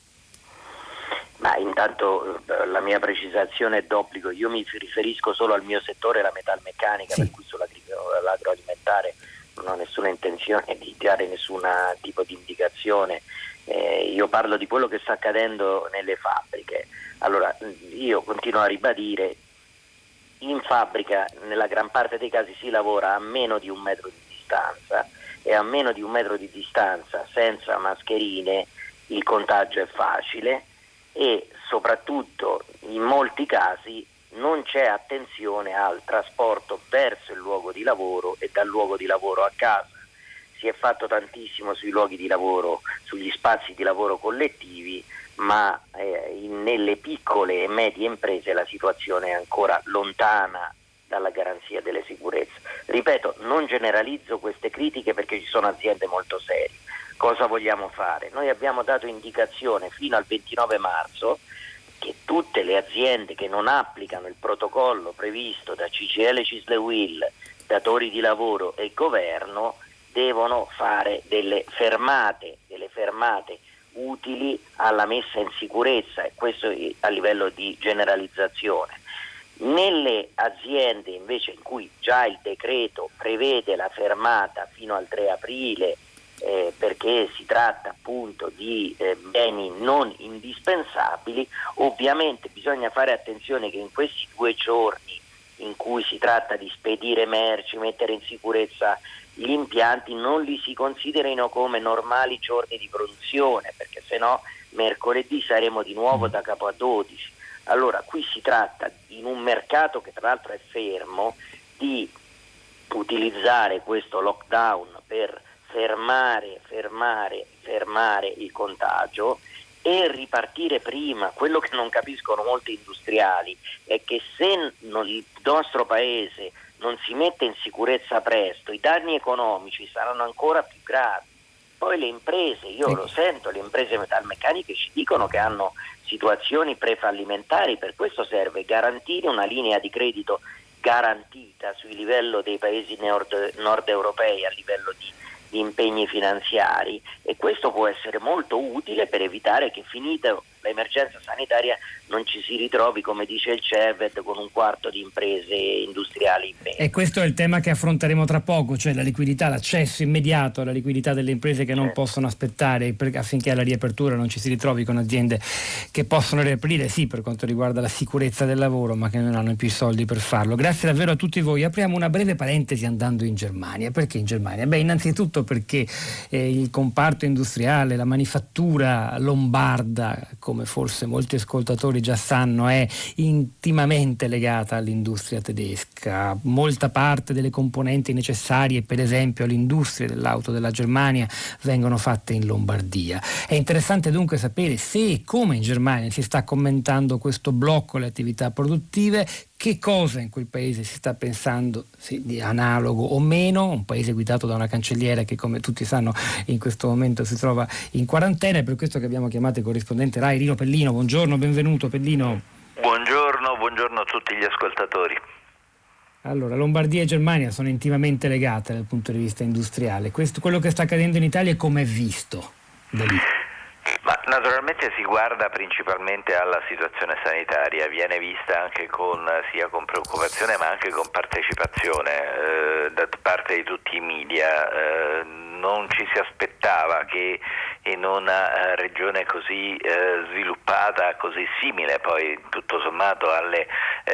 Ma intanto la mia precisazione è d'obbligo. Io mi riferisco solo al mio settore, la metalmeccanica, sì. Per cui sull'agroalimentare non ho nessuna intenzione di dare nessun tipo di indicazione. Io parlo di quello che sta accadendo nelle fabbriche. Allora, io continuo a ribadire: in fabbrica nella gran parte dei casi si lavora a meno di 1 metro di distanza, e a meno di 1 metro di distanza senza mascherine il contagio è facile, e soprattutto in molti casi non c'è attenzione al trasporto verso il luogo di lavoro e dal luogo di lavoro a casa. Si è fatto tantissimo sui luoghi di lavoro, sugli spazi di lavoro collettivi, ma nelle piccole e medie imprese la situazione è ancora lontana dalla garanzia delle sicurezze. Ripeto, non generalizzo queste critiche perché ci sono aziende molto serie. Cosa vogliamo fare? Noi abbiamo dato indicazione fino al 29 marzo che tutte le aziende che non applicano il protocollo previsto da CGIL, CISL e UIL, datori di lavoro e governo, devono fare delle fermate utili alla messa in sicurezza, e questo a livello di generalizzazione. Nelle aziende invece in cui già il decreto prevede la fermata fino al 3 aprile perché si tratta appunto di beni non indispensabili, ovviamente bisogna fare attenzione che in questi 2 giorni in cui si tratta di spedire merci, mettere in sicurezza gli impianti, non li si considerino come normali giorni di produzione, perché sennò mercoledì saremo di nuovo da capo a 12. Allora qui si tratta, in un mercato che tra l'altro è fermo, di utilizzare questo lockdown per fermare il contagio e ripartire prima. Quello che non capiscono molti industriali è che se il nostro paese non si mette in sicurezza presto, i danni economici saranno ancora più gravi. Poi le imprese, io lo sento, le imprese metalmeccaniche ci dicono che hanno situazioni prefallimentari, per questo serve garantire una linea di credito garantita sui livelli dei paesi nord europei a livello di impegni finanziari, e questo può essere molto utile per evitare che, finita l'emergenza sanitaria, non ci si ritrovi, come dice il CEVED, con un quarto di imprese industriali in meno. E questo è il tema che affronteremo tra poco, cioè la liquidità, l'accesso immediato alla liquidità delle imprese che non possono aspettare affinché alla riapertura non ci si ritrovi con aziende che possono riaprire, sì, per quanto riguarda la sicurezza del lavoro, ma che non hanno più i soldi per farlo. Grazie davvero a tutti voi. Apriamo una breve parentesi andando in Germania. Perché in Germania? Beh, innanzitutto perché il comparto industriale, la manifattura lombarda, come forse molti ascoltatori già sanno, è intimamente legata all'industria tedesca. Molta parte delle componenti necessarie, per esempio all'industria dell'auto della Germania, vengono fatte in Lombardia. È interessante dunque sapere se e come in Germania si sta commentando questo blocco alle attività produttive, che cosa in quel paese si sta pensando, di analogo o meno, un paese guidato da una cancelliera che, come tutti sanno, in questo momento si trova in quarantena. È per questo che abbiamo chiamato il corrispondente Rai Rino Pellino. Buongiorno, benvenuto Pellino. Buongiorno a tutti gli ascoltatori. Allora, Lombardia e Germania sono intimamente legate dal punto di vista industriale. Quello che sta accadendo in Italia è come è visto da lì? Ma naturalmente si guarda principalmente alla situazione sanitaria, viene vista anche sia con preoccupazione ma anche con partecipazione da parte di tutti i media. Non ci si aspettava che in una regione così sviluppata, così simile poi tutto sommato alle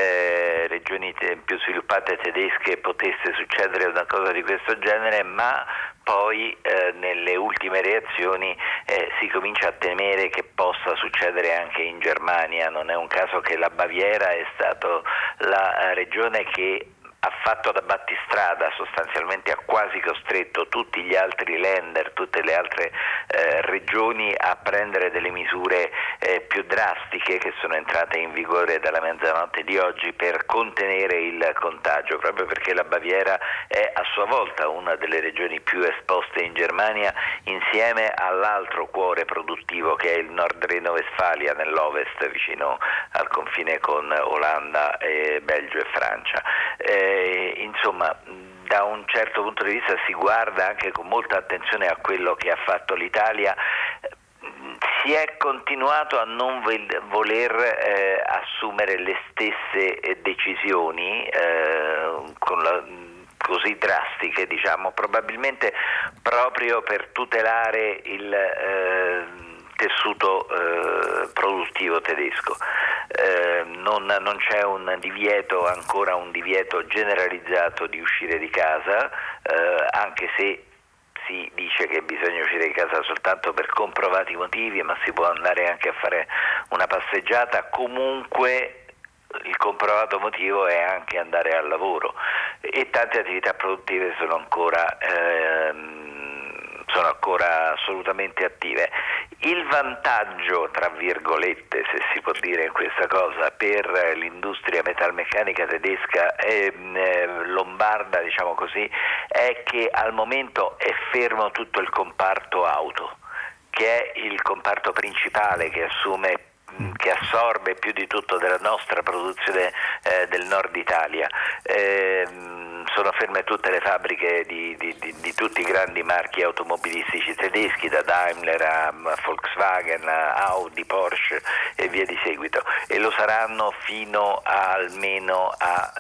regioni più sviluppate tedesche, potesse succedere una cosa di questo genere, ma poi nelle ultime reazioni si comincia a temere che possa succedere anche in Germania. Non è un caso che la Baviera è stata la regione che ha fatto da battistrada, sostanzialmente ha quasi costretto tutti gli altri Länder, tutte le altre regioni a prendere delle misure più drastiche che sono entrate in vigore dalla mezzanotte di oggi per contenere il contagio, proprio perché la Baviera è a sua volta una delle regioni più esposte in Germania, insieme all'altro cuore produttivo che è il Nord Reno-Westfalia nell'ovest, vicino al confine con Olanda, Belgio e Francia. Insomma, da un certo punto di vista si guarda anche con molta attenzione a quello che ha fatto l'Italia. Si è continuato a non voler assumere le stesse decisioni così drastiche, diciamo, probabilmente proprio per tutelare il tessuto produttivo tedesco. Non c'è ancora un divieto generalizzato di uscire di casa, anche se si dice che bisogna uscire di casa soltanto per comprovati motivi, ma si può andare anche a fare una passeggiata. Comunque il comprovato motivo è anche andare al lavoro, e tante attività produttive sono ancora assolutamente attive. Il vantaggio, tra virgolette, se si può dire in questa cosa, per l'industria metalmeccanica tedesca e lombarda, diciamo così, è che al momento è fermo tutto il comparto auto, che è il comparto principale che assorbe più di tutto della nostra produzione del nord Italia. Sono ferme tutte le fabbriche di tutti i grandi marchi automobilistici tedeschi, da Daimler a Volkswagen, a Audi, Porsche e via di seguito, e lo saranno fino almeno a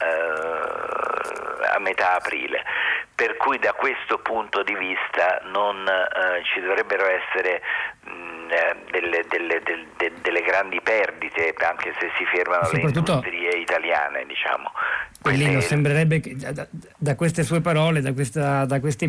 metà aprile. Per cui da questo punto di vista non ci dovrebbero essere delle grandi perdite, anche se si fermano le industrie italiane, diciamo. Quindi sembrerebbe che da queste sue parole, da questa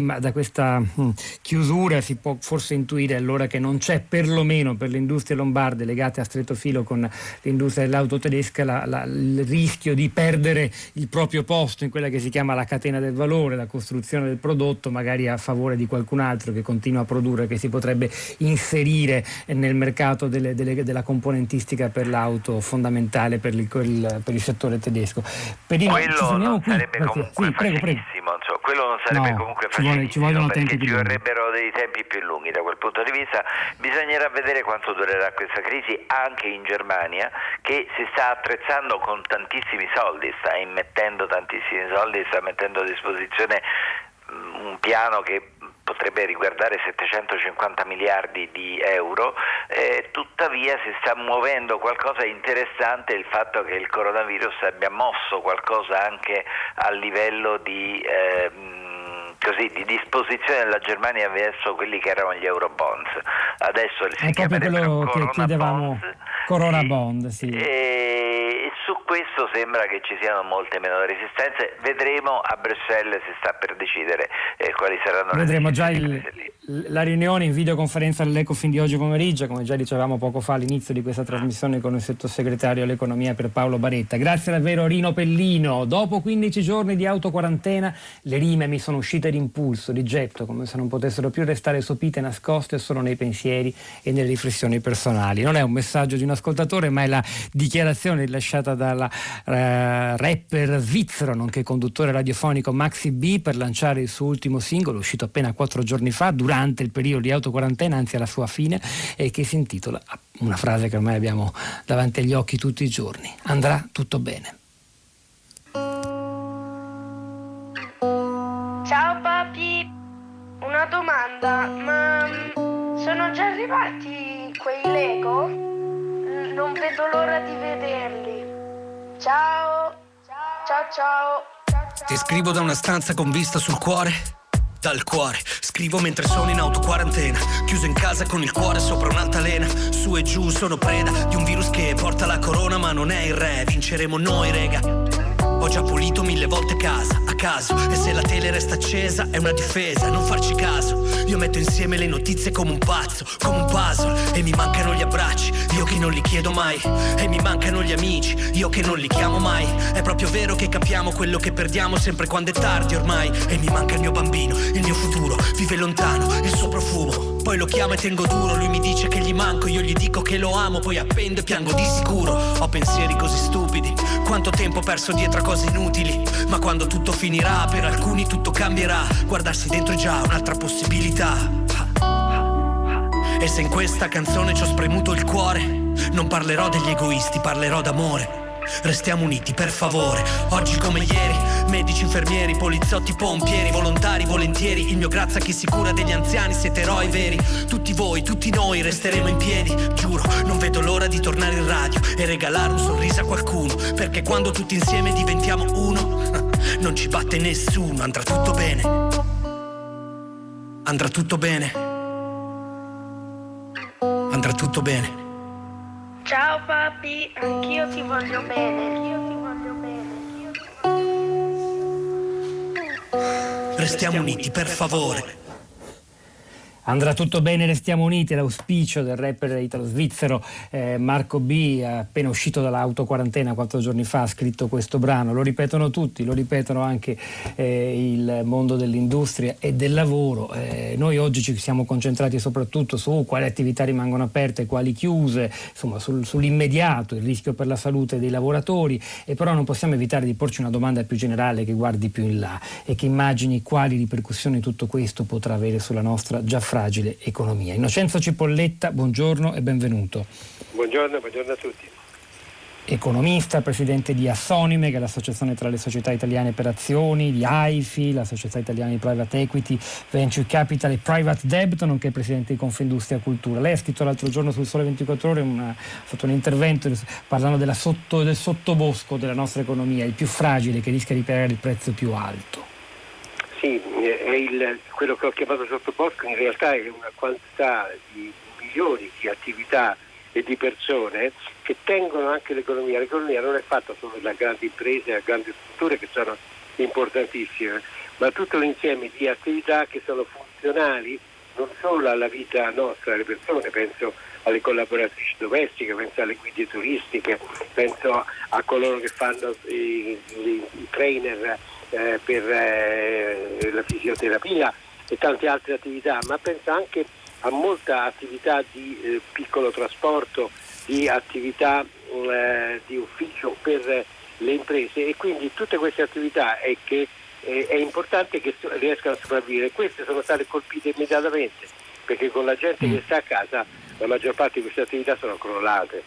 chiusura si può forse intuire allora che non c'è, perlomeno per le industrie lombarde legate a stretto filo con l'industria dell'auto tedesca, il rischio di perdere il proprio posto in quella che si chiama la catena del valore, la costruzione del prodotto, magari a favore di qualcun altro che continua a produrre, che si potrebbe inserire nel mercato della componentistica per l'auto fondamentale per il settore tedesco. Quello non sarebbe comunque facilissimo, quello non sarebbe comunque facilissimo, perché ci vorrebbero dei tempi più lunghi. Da quel punto di vista bisognerà vedere quanto durerà questa crisi anche in Germania, che si sta attrezzando con tantissimi soldi, sta immettendo tantissimi soldi, sta mettendo a disposizione un piano che potrebbe riguardare 750 miliardi di euro, tuttavia si sta muovendo qualcosa interessante, il fatto che il coronavirus abbia mosso qualcosa anche a livello di disposizione della Germania verso quelli che erano gli Eurobonds. Adesso si chiamerebbero Corona Bond, sì. E su questo sembra che ci siano molte meno resistenze. Vedremo, a Bruxelles si sta per decidere quali saranno vedremo già la riunione in videoconferenza dell'Ecofin di oggi pomeriggio, come già dicevamo poco fa all'inizio di questa trasmissione con il sottosegretario all'economia Pierpaolo Baretta. Grazie davvero Rino Pellino. Dopo 15 giorni di autoquarantena le rime mi sono uscite d'impulso, di getto, come se non potessero più restare sopite, nascoste solo nei pensieri e nelle riflessioni personali. Non è un messaggio di un ascoltatore, ma è la dichiarazione rilasciata dalla rapper svizzero nonché conduttore radiofonico Maxi B per lanciare il suo ultimo singolo, uscito appena 4 giorni fa durante il periodo di autoquarantena, anzi alla sua fine, e che si intitola una frase che ormai abbiamo davanti agli occhi tutti i giorni: andrà tutto bene. Ciao papi, una domanda, ma sono già arrivati quei Lego? Non vedo l'ora di vederli. Ciao, ciao, ciao. Ti scrivo da una stanza con vista sul cuore. Dal cuore, scrivo mentre sono in autoquarantena, chiuso in casa con il cuore sopra un'altalena. Su e giù sono preda di un virus che porta la corona, ma non è il re, vinceremo noi rega. Ho già pulito 1000 volte casa, a caso, e se la tele resta accesa è una difesa, non farci caso. Io metto insieme le notizie come un pazzo, come un puzzle, e mi mancano gli abbracci, io che non li chiedo mai, e mi mancano gli amici, io che non li chiamo mai. È proprio vero che capiamo quello che perdiamo sempre quando è tardi ormai, e mi manca il mio bambino, il mio futuro, vive lontano, il suo profumo. Poi lo chiamo e tengo duro, lui mi dice che gli manco, io gli dico che lo amo, poi appendo e piango di sicuro. Ho pensieri così stupidi, quanto tempo perso dietro a cose inutili, ma quando tutto finirà, per alcuni tutto cambierà. Guardarsi dentro è già un'altra possibilità. E se in questa canzone ci ho spremuto il cuore, non parlerò degli egoisti, parlerò d'amore. Restiamo uniti per favore, oggi come ieri, medici, infermieri, poliziotti, pompieri, volontari, volentieri. Il mio grazie a chi si cura degli anziani, siete eroi veri. Tutti voi, tutti noi resteremo in piedi, giuro. Non vedo l'ora di tornare in radio e regalare un sorriso a qualcuno, perché quando tutti insieme diventiamo uno, non ci batte nessuno. Andrà tutto bene, andrà tutto bene, andrà tutto bene. Ciao papi, anch'io ti voglio bene. Restiamo uniti per favore. Andrà tutto bene, restiamo uniti. L'auspicio del rapper italo-svizzero Marco B, appena uscito dall'autoquarantena 4 giorni fa, ha scritto questo brano. Lo ripetono tutti, lo ripetono anche il mondo dell'industria e del lavoro. Noi oggi ci siamo concentrati soprattutto su quali attività rimangono aperte, quali chiuse, insomma sull'immediato, il rischio per la salute dei lavoratori, e però non possiamo evitare di porci una domanda più generale che guardi più in là e che immagini quali ripercussioni tutto questo potrà avere sulla nostra già fragile economia. Innocenzo Cipolletta, buongiorno e benvenuto. Buongiorno a tutti. Economista, presidente di Assonime, che è l'associazione tra le società italiane per azioni, di AIFI, la società italiana di private equity, venture capital e private debt, nonché presidente di Confindustria Cultura. Lei ha scritto l'altro giorno sul Sole 24 Ore, ha fatto un intervento parlando del sottobosco della nostra economia, il più fragile, che rischia di pagare il prezzo più alto. Sì, quello che ho chiamato sottobosco in realtà è una quantità di milioni di attività e di persone che tengono anche l'economia. L'economia non è fatta solo da grandi imprese e da grandi strutture, che sono importantissime, ma tutto l'insieme di attività che sono funzionali non solo alla vita nostra, delle persone, penso alle collaboratrici domestiche, penso alle guide turistiche, penso a coloro che fanno i trainer per la fisioterapia e tante altre attività, ma penso anche a molta attività di piccolo trasporto, di attività di ufficio per le imprese, e quindi tutte queste attività è importante che riescano a sopravvivere. Queste sono state colpite immediatamente, perché con la gente che sta a casa la maggior parte di queste attività sono crollate.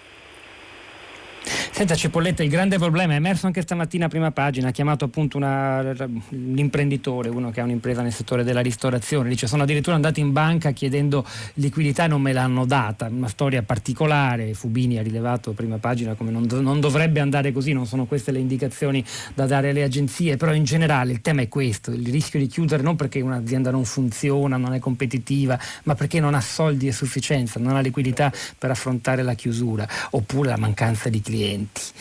Senta Cipolletta, il grande problema è emerso anche stamattina a prima pagina, ha chiamato appunto un imprenditore, uno che ha un'impresa nel settore della ristorazione, dice: sono addirittura andato in banca chiedendo liquidità e non me l'hanno data, una storia particolare. Fubini ha rilevato a prima pagina come non dovrebbe andare così, non sono queste le indicazioni da dare alle agenzie, però in generale il tema è questo, il rischio di chiudere non perché un'azienda non funziona, non è competitiva, ma perché non ha soldi a sufficienza, non ha liquidità per affrontare la chiusura, oppure la mancanza di clienti.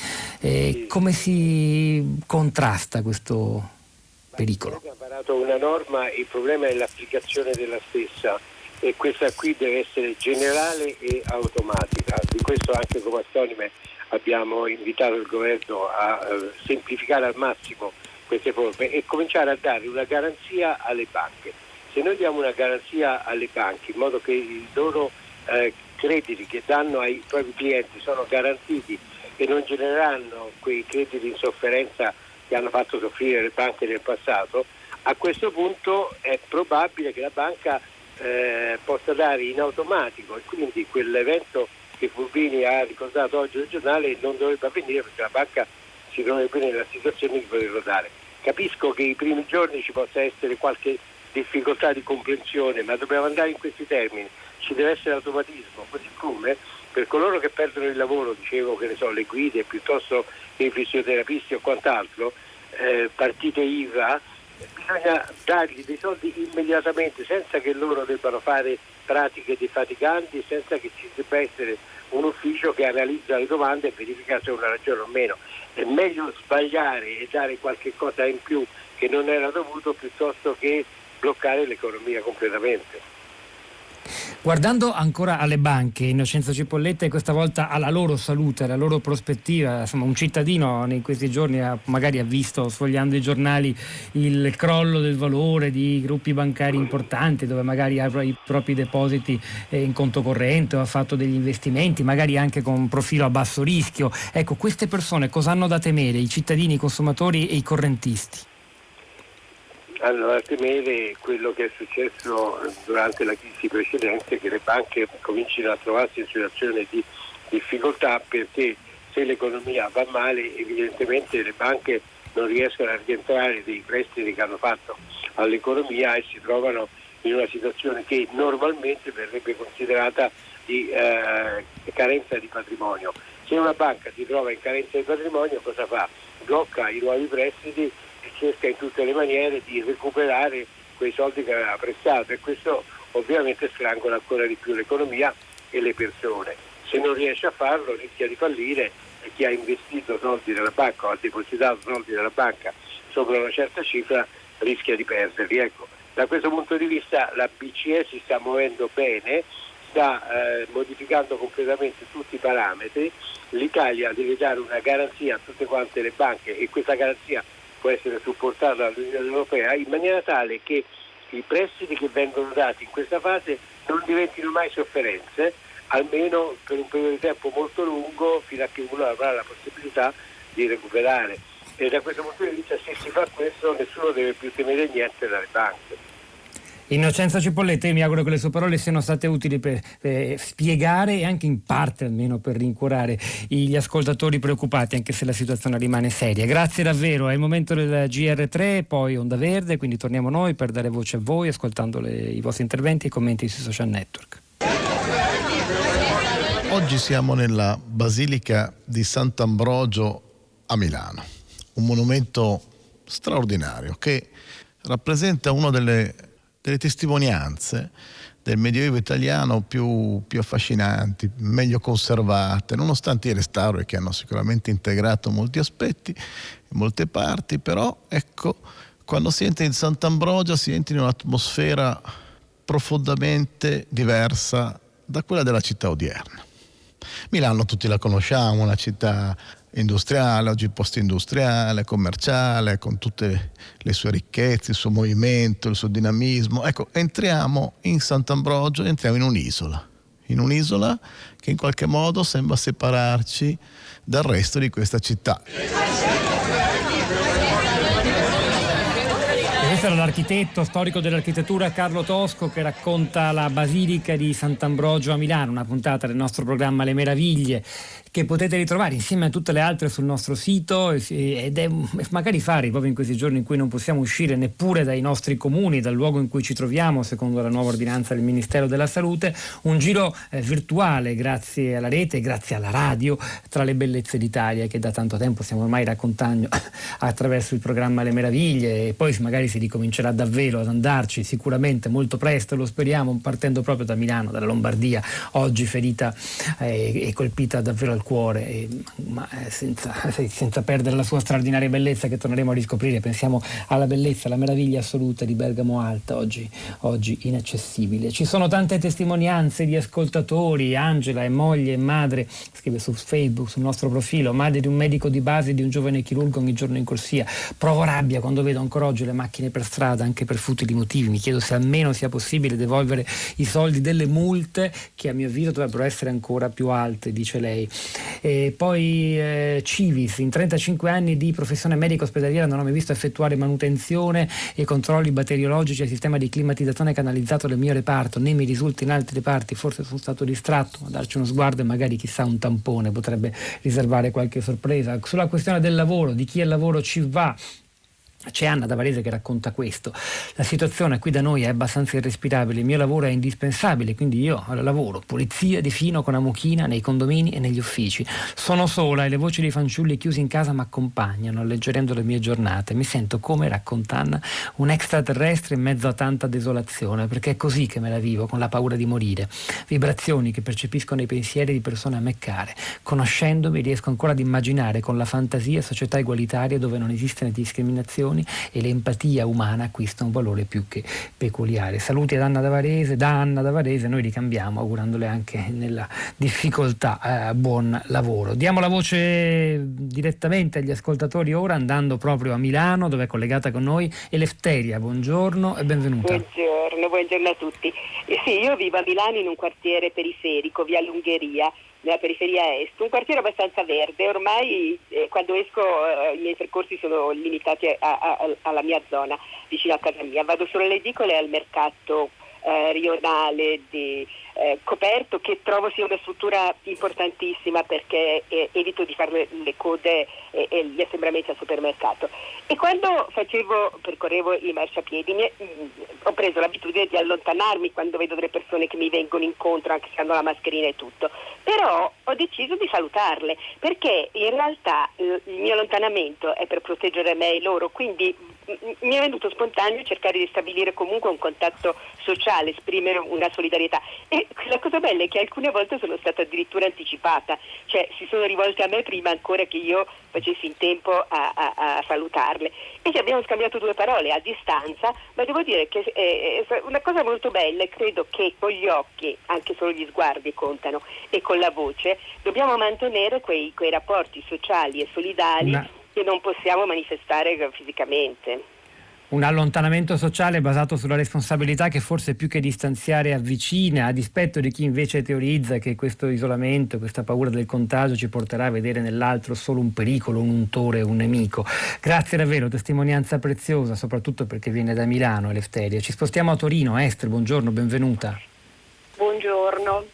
Come si contrasta questo pericolo? Ha varato una norma, il problema è l'applicazione della stessa, e questa qui deve essere generale e automatica. Di questo anche come Assonime abbiamo invitato il governo a semplificare al massimo queste forme e cominciare a dare una garanzia alle banche. Se noi diamo una garanzia alle banche in modo che i loro crediti che danno ai propri clienti sono garantiti e non genereranno quei crediti in sofferenza che hanno fatto soffrire le banche nel passato, a questo punto è probabile che la banca possa dare in automatico, e quindi quell'evento che Fulvini ha ricordato oggi nel giornale non dovrebbe avvenire, perché la banca si troverebbe nella situazione di poterlo dare. Capisco che i primi giorni ci possa essere qualche difficoltà di comprensione, ma dobbiamo andare in questi termini, ci deve essere automatismo, così come per coloro che perdono il lavoro, dicevo, che ne so, le guide piuttosto che i fisioterapisti o quant'altro, partite IVA, bisogna dargli dei soldi immediatamente, senza che loro debbano fare pratiche defatiganti, senza che ci debba essere un ufficio che analizza le domande e verifica se una ragione o meno. È meglio sbagliare e dare qualche cosa in più che non era dovuto, piuttosto che bloccare l'economia completamente. Guardando ancora alle banche, Innocenzo Cipolletta, e questa volta alla loro salute, alla loro prospettiva, insomma, un cittadino in questi giorni magari ha visto, sfogliando i giornali, il crollo del valore di gruppi bancari importanti, dove magari ha i propri depositi in conto corrente o ha fatto degli investimenti, magari anche con un profilo a basso rischio. Ecco, queste persone cosa hanno da temere, i cittadini, i consumatori e i correntisti? Hanno da temere quello che è successo durante la crisi precedente, che le banche comincino a trovarsi in situazione di difficoltà, perché se l'economia va male evidentemente le banche non riescono a rientrare dei prestiti che hanno fatto all'economia e si trovano in una situazione che normalmente verrebbe considerata di carenza di patrimonio. Se una banca si trova in carenza di patrimonio, cosa fa? Blocca i nuovi prestiti e cerca in tutte le maniere di recuperare quei soldi che aveva prestato, e questo ovviamente strangola ancora di più l'economia e le persone. Se non riesce a farlo rischia di fallire, e chi ha investito soldi nella banca o ha depositato soldi nella banca sopra una certa cifra rischia di perderli. Ecco, Da questo punto di vista la BCE si sta muovendo bene, sta modificando completamente tutti i parametri. L'Italia deve dare una garanzia a tutte quante le banche e questa garanzia può essere supportata dall'Unione Europea in maniera tale che i prestiti che vengono dati in questa fase non diventino mai sofferenze, almeno per un periodo di tempo molto lungo, fino a che uno avrà la possibilità di recuperare. E da questo punto di vista, se si fa questo, nessuno deve più temere niente dalle banche. Innocenzo Cipolletta, io mi auguro che le sue parole siano state utili per spiegare e anche in parte almeno per rincuorare gli ascoltatori preoccupati, anche se la situazione rimane seria. Grazie davvero, è il momento del GR3, poi Onda Verde, quindi torniamo noi per dare voce a voi ascoltando i vostri interventi e commenti sui social network. Oggi siamo nella Basilica di Sant'Ambrogio a Milano, un monumento straordinario che rappresenta una delle testimonianze del Medioevo italiano più affascinanti, meglio conservate, nonostante i restauri che hanno sicuramente integrato molti aspetti, molte parti, però ecco, quando si entra in Sant'Ambrogio si entra in un'atmosfera profondamente diversa da quella della città odierna. Milano tutti la conosciamo, una città industriale, oggi post-industriale, commerciale, con tutte le sue ricchezze, il suo movimento, il suo dinamismo. Ecco, entriamo in Sant'Ambrogio, entriamo in un'isola che in qualche modo sembra separarci dal resto di questa città. Questo era l'architetto storico dell'architettura Carlo Tosco che racconta la Basilica di Sant'Ambrogio a Milano, una puntata del nostro programma Le Meraviglie che potete ritrovare insieme a tutte le altre sul nostro sito ed è magari fare proprio in questi giorni in cui non possiamo uscire neppure dai nostri comuni, dal luogo in cui ci troviamo secondo la nuova ordinanza del Ministero della Salute, un giro virtuale grazie alla rete, grazie alla radio, tra le bellezze d'Italia che da tanto tempo stiamo ormai raccontando attraverso il programma Le Meraviglie, e poi magari si ricomincerà davvero ad andarci sicuramente molto presto, lo speriamo, partendo proprio da Milano, dalla Lombardia, oggi ferita e colpita davvero al cuore, ma senza perdere la sua straordinaria bellezza che torneremo a riscoprire. Pensiamo alla bellezza, alla meraviglia assoluta di Bergamo Alta, oggi inaccessibile. Ci sono tante testimonianze di ascoltatori. Angela è moglie e madre, scrive su Facebook, sul nostro profilo, madre di un medico di base e di un giovane chirurgo ogni giorno in corsia. Provo rabbia quando vedo ancora oggi le macchine per strada, anche per futili motivi. Mi chiedo se almeno sia possibile devolvere i soldi delle multe, che a mio avviso dovrebbero essere ancora più alte, dice lei. E poi Civis, in 35 anni di professione medico-ospedaliera non ho mai visto effettuare manutenzione e controlli batteriologici al sistema di climatizzazione canalizzato del mio reparto, né mi risulta in altri reparti. Forse sono stato distratto, ma darci uno sguardo e magari chissà un tampone potrebbe riservare qualche sorpresa. Sulla questione del lavoro, di chi al lavoro ci va, c'è Anna da Varese che racconta questo: la situazione qui da noi è abbastanza irrespirabile, il mio lavoro è indispensabile, quindi io lavoro pulizia di fino con Amochina nei condomini e negli uffici, sono sola e le voci dei fanciulli chiusi in casa mi accompagnano alleggerendo le mie giornate, mi sento, come racconta Anna, un extraterrestre in mezzo a tanta desolazione, perché è così che me la vivo, con la paura di morire, vibrazioni che percepisco nei pensieri di persone a me care, conoscendomi riesco ancora ad immaginare con la fantasia società egualitarie dove non esistono discriminazioni e l'empatia umana acquista un valore più che peculiare. Saluti ad Anna da Varese, noi ricambiamo augurandole anche nella difficoltà buon lavoro. Diamo la voce direttamente agli ascoltatori ora, andando proprio a Milano, dove è collegata con noi Elefteria. Buongiorno e benvenuta. Buongiorno a tutti. Sì, io vivo a Milano in un quartiere periferico, via L'Ungheria, nella periferia est, un quartiere abbastanza verde. Ormai quando esco i miei percorsi sono limitati alla mia zona, vicino a casa mia. Vado solo alle edicole e al mercato rionale coperto, che trovo sia una struttura importantissima perché evito di fare le code e gli assembramenti al supermercato. E quando percorrevo i marciapiedi ho preso l'abitudine di allontanarmi quando vedo delle persone che mi vengono incontro, anche se hanno la mascherina e tutto, però ho deciso di salutarle, perché in realtà il mio allontanamento è per proteggere me e loro, quindi mi è venuto spontaneo cercare di stabilire comunque un contatto sociale, esprimere una solidarietà, e E la cosa bella è che alcune volte sono stata addirittura anticipata, cioè si sono rivolte a me prima ancora che io facessi in tempo a salutarle, e ci abbiamo scambiato 2 parole a distanza, ma devo dire che è una cosa molto bella, e credo che con gli occhi, anche solo gli sguardi contano, e con la voce dobbiamo mantenere quei rapporti sociali e solidali che non possiamo manifestare fisicamente. Un allontanamento sociale basato sulla responsabilità che forse più che distanziare avvicina, a dispetto di chi invece teorizza che questo isolamento, questa paura del contagio ci porterà a vedere nell'altro solo un pericolo, un untore, un nemico. Grazie davvero, testimonianza preziosa, soprattutto perché viene da Milano, Eleftheria. Ci spostiamo a Torino. Esther, buongiorno, benvenuta. Buongiorno.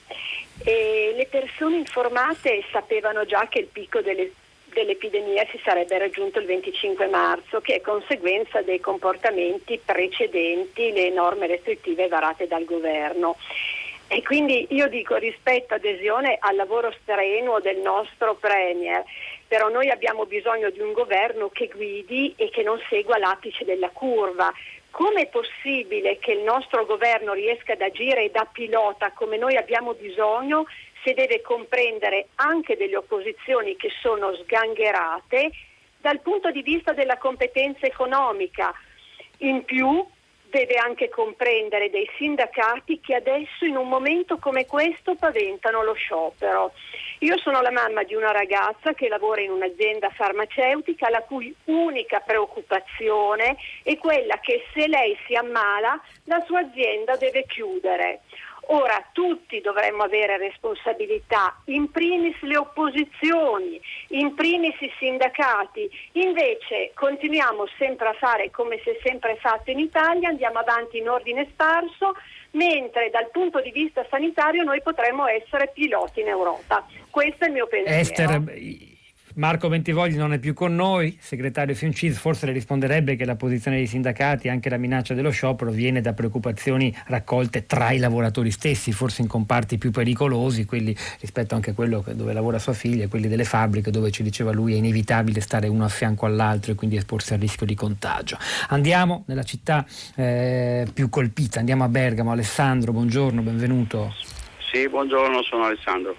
Le persone informate sapevano già che il picco dell'epidemia si sarebbe raggiunto il 25 marzo, che è conseguenza dei comportamenti precedenti le norme restrittive varate dal governo. E quindi io dico rispetto, adesione al lavoro strenuo del nostro Premier, però noi abbiamo bisogno di un governo che guidi e che non segua l'apice della curva. Come è possibile che il nostro governo riesca ad agire da pilota come noi abbiamo bisogno se deve comprendere anche delle opposizioni che sono sgangherate dal punto di vista della competenza economica? In più deve anche comprendere dei sindacati che adesso in un momento come questo paventano lo sciopero. Io sono la mamma di una ragazza che lavora in un'azienda farmaceutica la cui unica preoccupazione è quella che se lei si ammala la sua azienda deve chiudere. Ora tutti dovremmo avere responsabilità, in primis le opposizioni, in primis i sindacati, invece continuiamo sempre a fare come si è sempre fatto in Italia, andiamo avanti in ordine sparso, mentre dal punto di vista sanitario noi potremmo essere piloti in Europa. Questo è il mio pensiero. Esther, Marco Bentivogli non è più con noi, segretario FIONCISL, forse le risponderebbe che la posizione dei sindacati, anche la minaccia dello sciopero, viene da preoccupazioni raccolte tra i lavoratori stessi, forse in comparti più pericolosi, quelli rispetto anche a quello dove lavora sua figlia, quelli delle fabbriche dove, ci diceva lui, è inevitabile stare uno a fianco all'altro e quindi esporsi al rischio di contagio. Andiamo nella città più colpita, andiamo a Bergamo. Alessandro, buongiorno, benvenuto. Sì, buongiorno, sono Alessandro.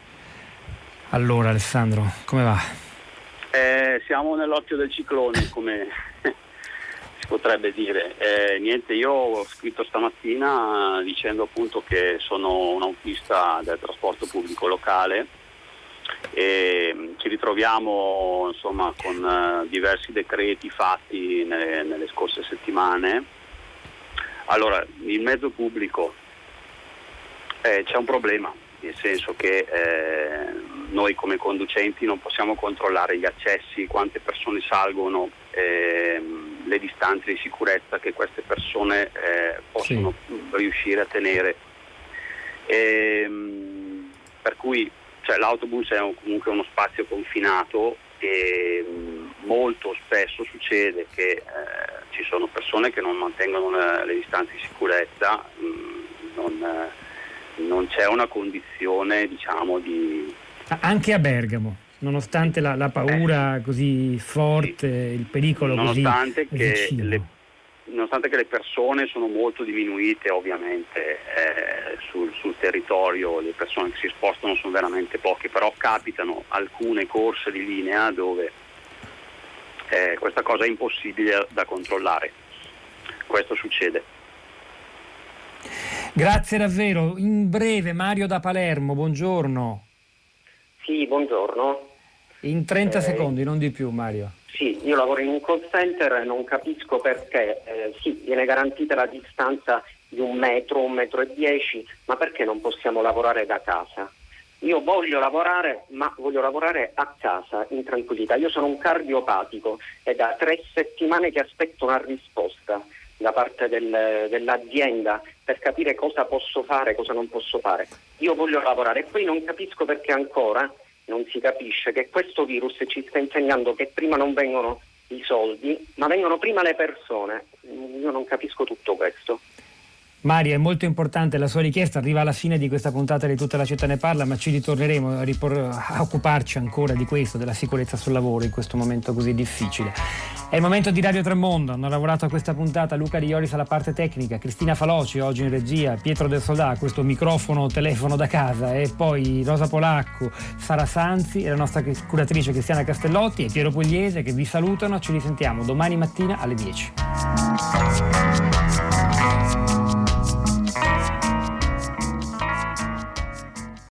Allora Alessandro, come va? Siamo nell'occhio del ciclone, come si potrebbe dire. Niente, io ho scritto stamattina dicendo appunto che sono un autista del trasporto pubblico locale e ci ritroviamo insomma con diversi decreti fatti nelle scorse settimane. Allora, il mezzo pubblico c'è un problema, nel senso che noi come conducenti non possiamo controllare gli accessi, quante persone salgono, le distanze di sicurezza che queste persone possono riuscire a tenere. Per cui l'autobus è comunque uno spazio confinato e molto spesso succede che ci sono persone che non mantengono le distanze di sicurezza, non c'è una condizione, diciamo, di... Anche a Bergamo, nonostante la paura così forte, il pericolo nonostante così vicino. Nonostante che le persone sono molto diminuite ovviamente sul territorio, le persone che si spostano sono veramente poche, però capitano alcune corse di linea dove questa cosa è impossibile da controllare. Questo succede. Grazie davvero. In breve, Mario da Palermo, buongiorno. Sì, buongiorno. In 30 secondi, non di più, Mario. Sì, io lavoro in un call center e non capisco perché viene garantita la distanza di 1 metro, 1,10 metri, ma perché non possiamo lavorare da casa? Io voglio lavorare, ma voglio lavorare a casa, in tranquillità. Io sono un cardiopatico e da 3 settimane che aspetto una risposta da parte dell'azienda per capire cosa posso fare, cosa non posso fare. Io voglio lavorare e poi non capisco perché ancora non si capisce che questo virus ci sta insegnando che prima non vengono i soldi, ma vengono prima le persone. Io non capisco tutto questo. Mario, è molto importante la sua richiesta, arriva alla fine di questa puntata di Tutta la città ne parla, ma ci ritorneremo a occuparci ancora di questo, della sicurezza sul lavoro in questo momento così difficile. È il momento di Radio Tremondo, hanno lavorato a questa puntata Luca Di Ioris alla parte tecnica, Cristina Faloci oggi in regia, Pietro Del Soldà, questo microfono telefono da casa, e poi Rosa Polacco, Sara Sanzi e la nostra curatrice Cristiana Castellotti e Piero Pugliese che vi salutano. Ci risentiamo domani mattina alle 10.